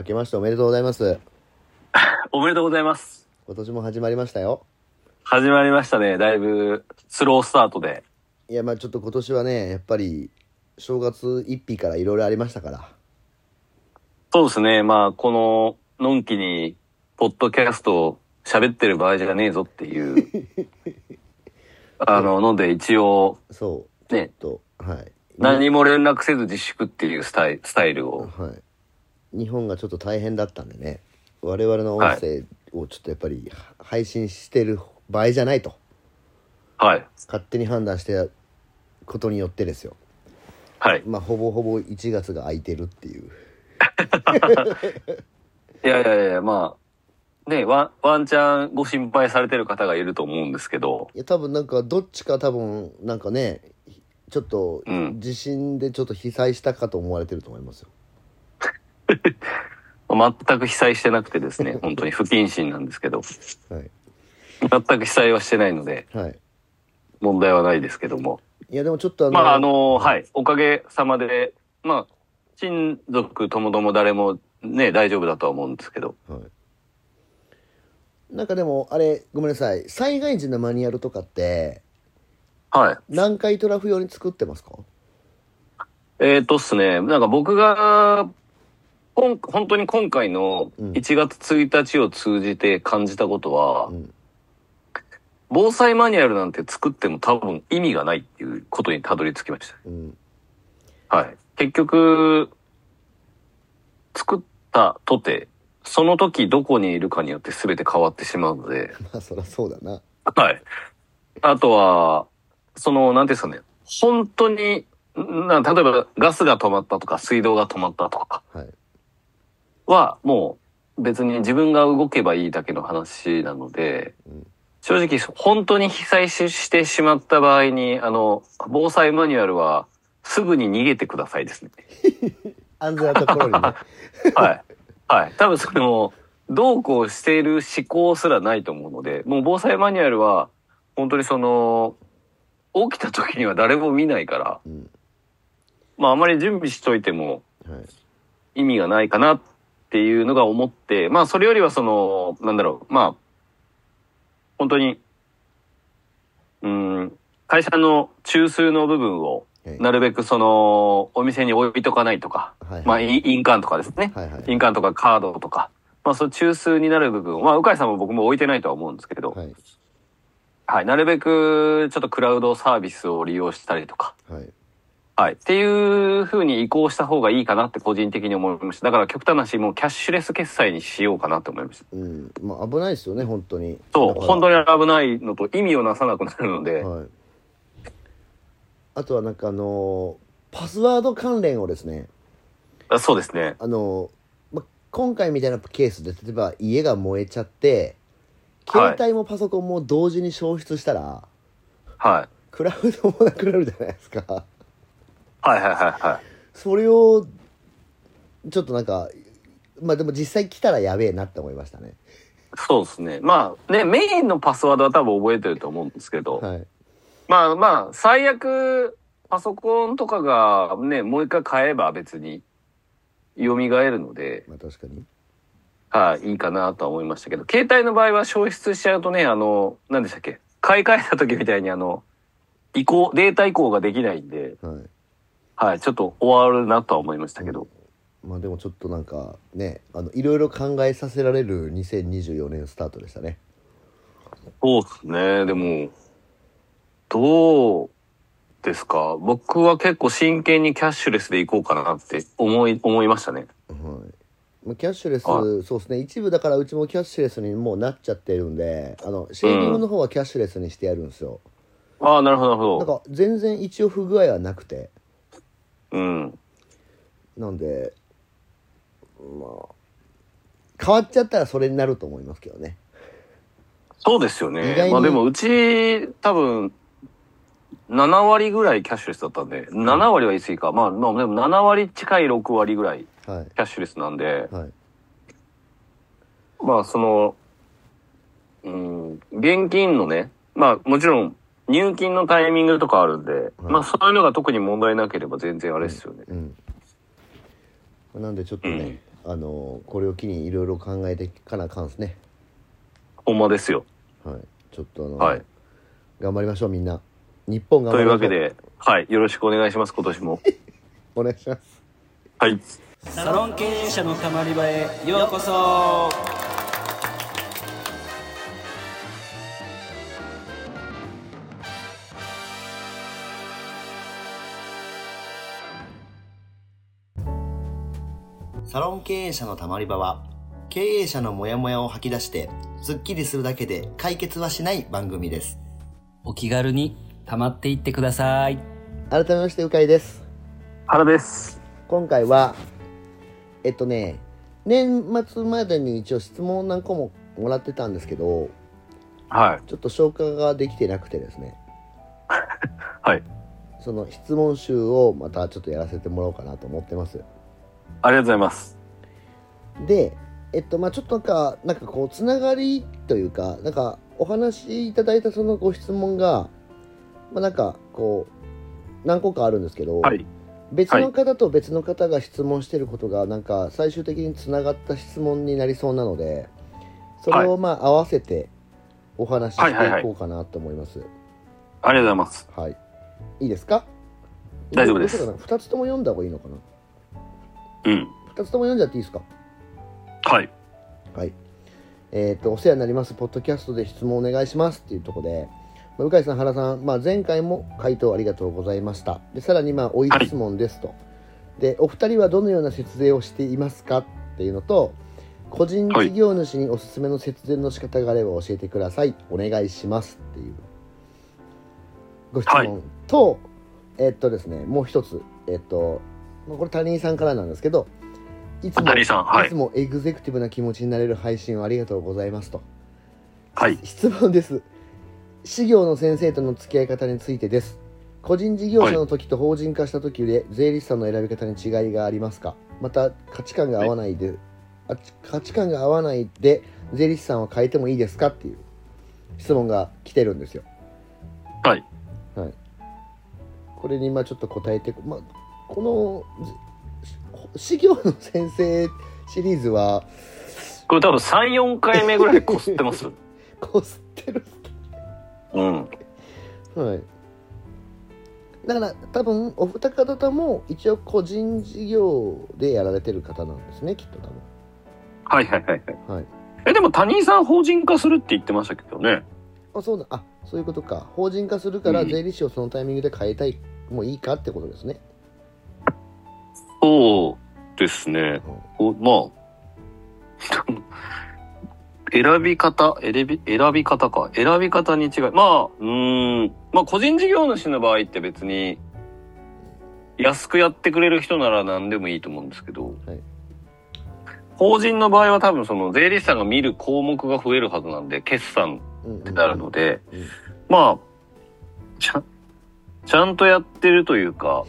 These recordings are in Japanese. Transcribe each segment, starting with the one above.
明けましておめでとうございます。 おめでとうございます。 今年も始まりましたよ。 始まりましたね。だいぶスロースタートで。 いや、ちょっと今年はね、やっぱり正月一日からいろいろありましたから。 そうですね。こののんきにポッドキャストを喋ってる場合じゃねえぞっていうので一応そうね、 ちょっとはい、 何も連絡せず自粛っていうスタイルを、 はい、日本がちょっと大変だったんでね、我々の音声をちょっとやっぱり配信してる場合じゃないと、 はい、 勝手に判断してことによってですよ。 はい。 ほぼほぼ1月が空いてるっていういやいやいや、ね、ワンチャンご心配されてる方がいると思うんですけど。 いや、多分どっちか多分ね、ちょっと地震でちょっと被災したかと思われてると思いますよ。 全く被災してなくてですね、本当に不謹慎なんですけど、 はい、 全く被災はしてないので、 はい、 問題はないですけども。 いやでもちょっとはい、おかげさまで、親族ともども誰もね、大丈夫だとは思うんですけど。 はい、でもあれごめんなさい、災害時のマニュアルとかってはい。 南海トラフ用に作ってますか？ っすね、僕が本当に今回の1月1日を通じて感じたことは、防災マニュアルなんて作っても多分意味がないっていうことにたどり着きました。はい。結局、作ったとて、その時どこにいるかによって全て変わってしまうので。 そりゃそうだな。 はい。あとは、なんていうんですかね、本当に、例えばガスが止まったとか水道が止まったとかは、もう別に自分が動けばいいだけの話なので、正直本当に被災してしまった場合に、防災マニュアルはすぐに逃げてくださいですね。 安全なところにね。 はい。はい。多分どうこうしている思考すらないと思うので、もう防災マニュアルは、本当に起きた時には誰も見ないから、あまり準備しといても意味がないかなっていうのが思って、それよりは本当に、会社の中枢の部分を、なるべくお店に置いとかないとか、印鑑とかですね。印鑑とかカードとか、その中枢になる部分を、鵜飼さんも僕も置いてないとは思うんですけど、はい、なるべくちょっとクラウドサービスを利用したりとか、はい、っていう風に移行した方がいいかなって個人的に思いました。だから極端な話、もうキャッシュレス決済にしようかなと思いました。 危ないですよね、本当に。 そう、本当に危ないのと意味をなさなくなるので。 あとはパスワード関連をですね。 そうですね。 今回みたいなケースで、例えば家が燃えちゃって、携帯もパソコンも同時に焼失したら、クラウドもなくなるじゃないですか。それをちょっとでも実際来たらやべえなって思いましたね。 そうですね。メインのパスワードは多分覚えてると思うんですけど、最悪パソコンとかがね、もう一回買えば別に蘇るので、 確かにいいかなとは思いましたけど、携帯の場合は消失しちゃうとね、何でしたっけ、買い替えた時みたいにデータ移行ができないんで、ちょっと終わるなとは思いましたけど。 でもちょっとね、いろいろ考えさせられる2024年スタートでしたね。 そうですね。でも、どうですか？僕は結構真剣にキャッシュレスでいこうかなって思いましたね。 キャッシュレス、そうですね。一部だからうちもキャッシュレスにもうなっちゃってるんで、シェービングの方はキャッシュレスにしてやるんですよ。 なるほどなるほど。 全然一応不具合はなくて。なんで、変わっちゃったらそれになると思いますけどね。 そうですよね。でもうち多分7割ぐらいキャッシュレスだったんで、7割は言い過ぎか。でも7割近い6割ぐらいキャッシュレスなんで、現金のね、もちろん入金のタイミングとかあるんで、そういうのが特に問題なければ全然あれですよね。 なんでちょっとね、 これを機にいろいろ考えていかなあかんですね。 ほんまですよ。 はい。ちょっとはい、 頑張りましょうみんな。日本頑張りましょう。 というわけで、はい、よろしくお願いします今年も。 お願いします。 はい。 サロン経営者のたまり場へようこそ。 サロン経営者のたまり場は、経営者のモヤモヤを吐き出してスッキリするだけで解決はしない番組です。 お気軽にたまっていってください。 改めまして、うかいです。 原です。 今回は年末までに一応質問何個ももらってたんですけど、 はい、 ちょっと消化ができてなくてですねはい、 その質問集をまたちょっとやらせてもらおうかなと思ってます。 ありがとうございます。 でちょっとなんかこうつながりというか、なんかお話しいただいたそのご質問が、なんかこう何個かあるんですけど、 はい、 別の方と別の方が質問してることがなんか最終的につながった質問になりそうなので、それを合わせてお話ししていこうかなと思います。 ありがとうございます。 はい、いいですか？ 大丈夫です。 2つとも読んだ方がいいのかな？ うん。 2つとも読んじゃっていいですか？ はい。 はい。お世話になりますポッドキャストで質問お願いしますっていうところで、向井さん、原さん、前回も回答ありがとうございました。で、さらに追い質問ですと、はい、で、お二人はどのような節税をしていますかっていうのと、個人事業主におすすめの節税の仕方があれば教えてください、お願いしますっていうご質問と、はい、ですね、もう一つ、これ谷井さんからなんですけど、いつもエグゼクティブな気持ちになれる配信をありがとうございますと。 はい。 質問です。私業の先生との付き合い方についてです。個人事業者の時と法人化した時で税理士さんの選び方に違いがありますか？また価値観が合わないで税理士さんは変えてもいいですかっていう質問が来てるんですよ。 はい。 はい。これにちょっと答えて、この私業の先生シリーズはこれ多分 3,4 回目ぐらいこすってます。 こすってる。 うん。 はい。だから多分お二方とも一応個人事業でやられてる方なんですね、きっと多分。 はいはいはいはい。でも谷井さん法人化するって言ってましたけどね。 そういうことか。法人化するから税理士をそのタイミングで変えたい、もういいかってことですね。 そうですね。選び方に違い。個人事業主の場合って別に安くやってくれる人なら何でもいいと思うんですけど、はい、法人の場合は多分その税理士さんが見る項目が増えるはずなんで、決算ってなるので、ちゃんとやってるというか、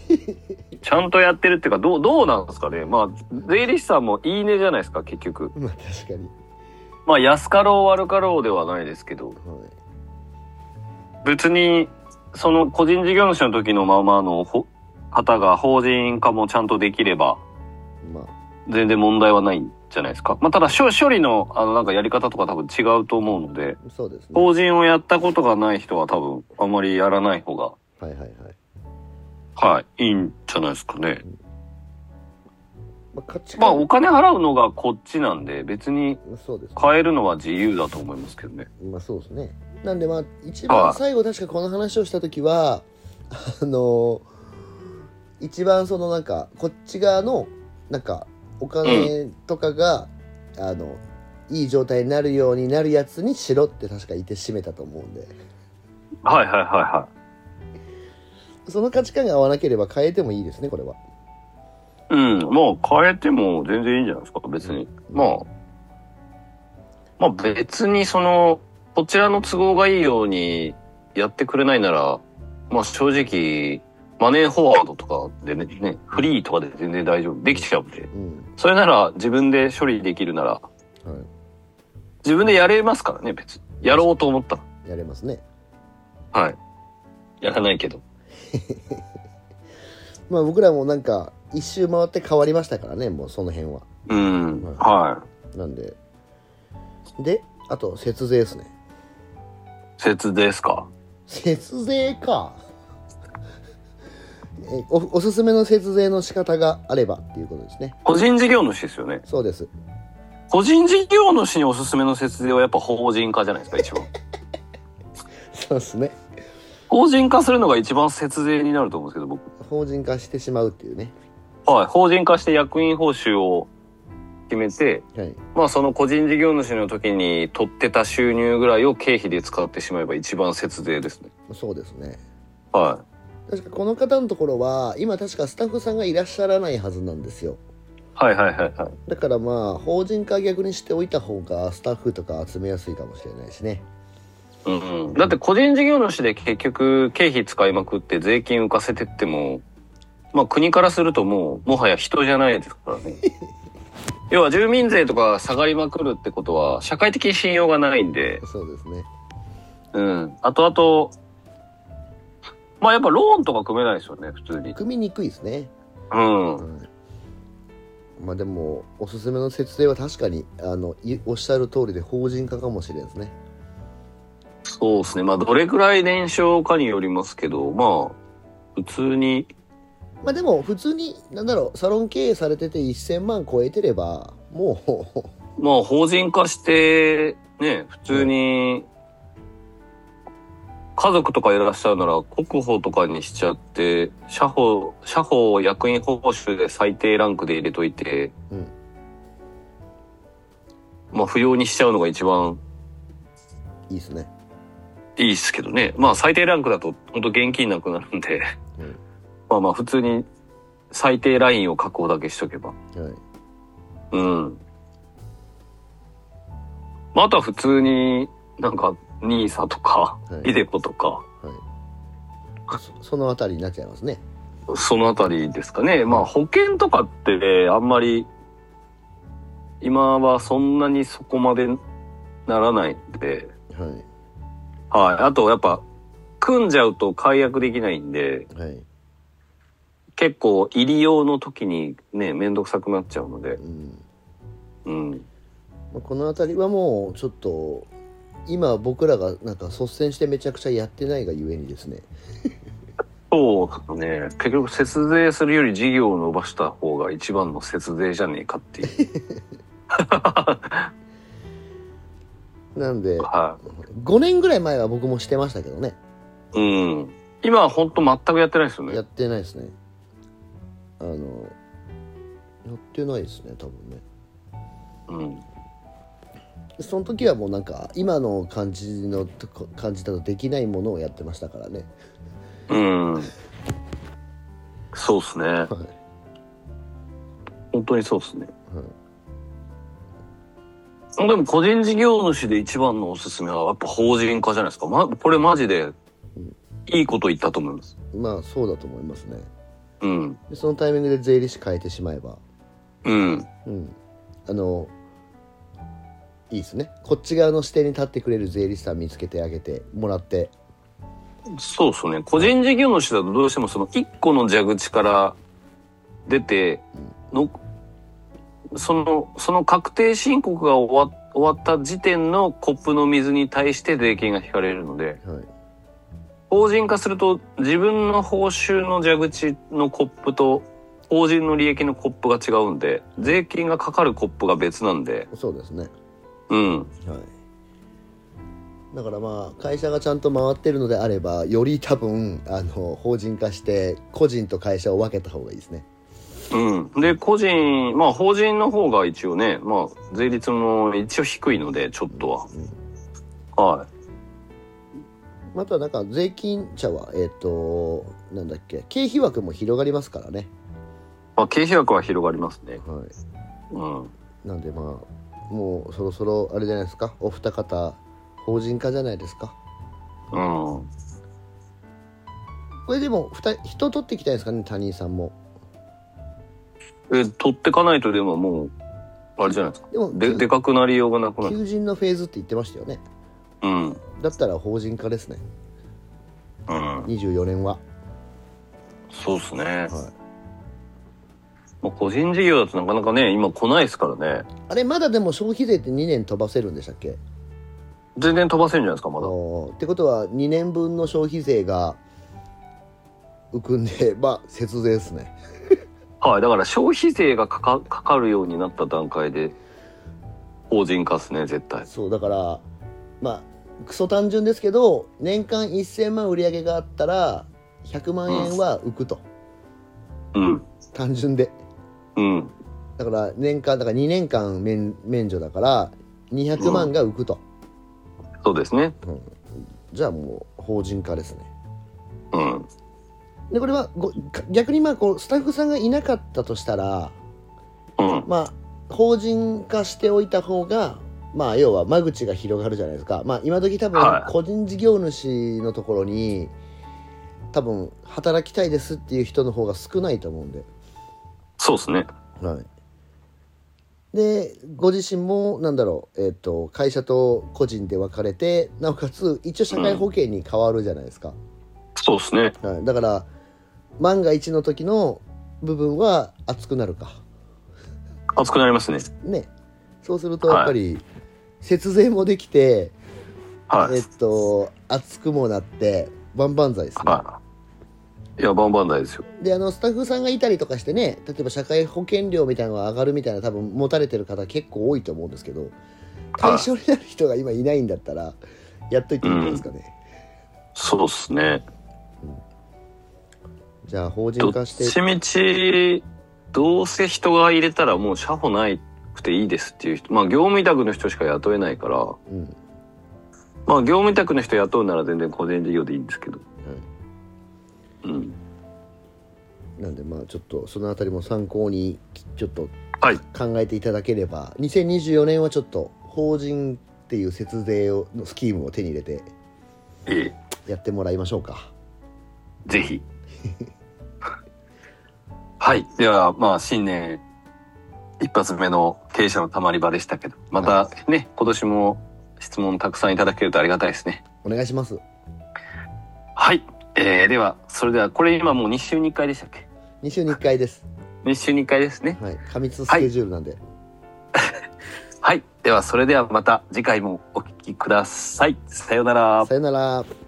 どうなんですかね。税理士さんもいいねじゃないですか、結局。 確かに。 安かろう悪かろうではないですけど、はい、別にその個人事業主の時のの方が法人化もちゃんとできれば、全然問題はないんじゃないですか。ただ処理のなんかやり方とか多分違うと思うので、 そうですね、 法人をやったことがない人は多分あんまりやらない方がいいんじゃないですかね。お金払うのがこっちなんで、別に変えるのは自由だと思いますけどね。 そうですね。なんで一番最後確かこの話をした時は一番そのなんかこっち側のなんかお金とかが、いい状態になるようになるやつにしろって確か言って締めたと思うんで。 はいはいはいはい。 その価値観が合わなければ変えてもいいですね、これは。 変えても全然いいんじゃないですか、別に。別にこちらの都合がいいようにやってくれないなら、正直、マネーフォワードとかでね、フリーとかで全然大丈夫。できちゃうんで。それなら自分で処理できるなら、自分でやれますからね、別に。やろうと思ったら。 やれますね。 はい。やらないけど。 僕らもなんか、 一周回って変わりましたからね、もうその辺は。 はい。 なんであと節税ですね。 節税ですか。 節税か。おすすめの節税の仕方があればっていうことですね。 個人事業主ですよね。 そうです。 個人事業主におすすめの節税はやっぱ法人化じゃないですか、一番。 そうですね。 法人化するのが一番節税になると思うんですけど、僕。 法人化してしまうっていうね。 はい。法人化して役員報酬を決めて、はい、まあその個人事業主の時に取ってた収入ぐらいを経費で使ってしまえば一番節税ですね。 そうですね。 はい。 確かこの方のところは今確かスタッフさんがいらっしゃらないはずなんですよ。 はいはいはいはい。 だからまあ法人化逆にしておいた方がスタッフとか集めやすいかもしれないしね。 だって個人事業主で結局経費使いまくって税金浮かせてっても、まあ国からするともはや人じゃないですからね。要は住民税とか下がりまくるってことは社会的信用がないんで。 そうですね。 あとまあやっぱローンとか組めないですよね、普通に。 組みにくいですね。まあでもおすすめの節税は確かにおっしゃる通りで法人化かもしれんですね。 そうですね。まあどれくらい年少かによりますけど、まあ普通に。 まあでも普通にサロン経営されてて1000万超えてればもうまあ法人化してね、普通に家族とかいらっしゃるなら国保とかにしちゃって、社保役員報酬で最低ランクで入れといて、まあ不要にしちゃうのが一番いいですね。 いいですけどね。まあ最低ランクだと本当現金なくなるんで、まあ普通に最低ラインを確保だけしとけば。まああとは普通になんかNISAとか、iDeCoとか、 そのあたりになっちゃいますね。 そのあたりですかね。まあ保険とかってね、あんまり今はそんなにそこまでならないんで、あとやっぱ組んじゃうと解約できないんで、結構入り用の時にねめんどくさくなっちゃうので、 このあたりはもうちょっと今僕らがなんか率先してめちゃくちゃやってないがゆえにですね。 そうですね。結局節税するより事業を伸ばした方が一番の節税じゃねえかっていう。 なんで、5年ぐらい前は僕もしてましたけどね。 今は本当全くやってないですよね。 やってないですね。やってないですね、多分ね。その時はもうなんか今の感じだとできないものをやってましたからね。 そうですね。本当にそうですね。でも個人事業主で一番のおすすめはやっぱ法人化じゃないですか。これマジでいいこと言ったと思います。 まあそうだと思いますね。でそのタイミングで税理士変えてしまえば、いいですね。こっち側の視点に立ってくれる税理士さん見つけてあげてもらって。 そうですね。個人事業主だとどうしてもその一個の蛇口から出ての、その確定申告が終わった時点のコップの水に対して税金が引かれるので、法人化すると自分の報酬の蛇口のコップと法人の利益のコップが違うんで、税金がかかるコップが別なんで。 そうですね。だからまあ会社がちゃんと回ってるのであればより多分法人化して個人と会社を分けた方がいいですね。 で法人の方が一応ね、税率も一応低いのでちょっとは、 あとはなんか税金者はなんだっけ、経費枠も広がりますからね。 経費枠は広がりますね。 なんでもうそろそろあれじゃないですか、お二方法人化じゃないですか。これでも人取っていきたいですかね、他人さんも。 取ってかないとでももうあれじゃないですか。でかくなりようがなくなる。 求人のフェーズって言ってましたよね。だったら法人化ですね。24年は。 そうですね。 もう個人事業だとなかなかね、今来ないですからね。 あれ、まだでも消費税って2年飛ばせるんでしたっけ？ 全然飛ばせるんじゃないですか、まだ。 ってことは、2年分の消費税が浮くんで、まあ、節税ですね。 はい、だから消費税がかかるようになった段階で、法人化ですね、絶対。 そう、だから、まあ、クソ単純ですけど、年間1000万売り上げがあったら、100万円は浮くと。 うん。 単純で。 うん。 だからだから2年間免除だから200万が浮くと、 そうですね、 じゃあもう法人化ですね。 でこれは逆にまあこうスタッフさんがいなかったとしたら、まあ法人化しておいた方がまあ要は間口が広がるじゃないですか。まあ今時多分個人事業主のところに多分働きたいですっていう人の方が少ないと思うんで。 そうですね。 はい。でご自身もなんだろう、会社と個人で分かれて、なおかつ一応社会保険に変わるじゃないですか。 そうですね。 はい、だから万が一の時の部分は厚くなるか。 厚くなりますね。 ね。そうするとやっぱり節税もできて、厚くもなって万々歳ですね。 いや、万々歳ですよ。 でスタッフさんがいたりとかしてね、例えば社会保険料みたいなのが上がるみたいな多分持たれてる方結構多いと思うんですけど、対象になる人が今いないんだったらやっといていいんじゃないですかね。 そうっすね。 じゃあ法人化して、 どっちみちどうせ人が入れたらもう社保ないくていいですっていう人、まあ業務委託の人しか雇えないから、まあ業務委託の人雇うなら全然個人事業でいいんですけど、 なんでまあちょっとそのあたりも参考にちょっと考えていただければ、2024年はちょっと法人っていう節税のスキームを手に入れてやってもらいましょうか。 ぜひ。はい、ではまあ新年一発目の経営者のたまり場でしたけど、またね、今年も質問たくさんいただけるとありがたいですね。 お願いします。 はい、ではそれではこれ今もう2週に1回でしたっけ ？2週に1回です。 2週に1回ですね。 はい、過密スケジュールなんで。 はい、ではそれではまた次回もお聞きください。さようなら。 さようなら。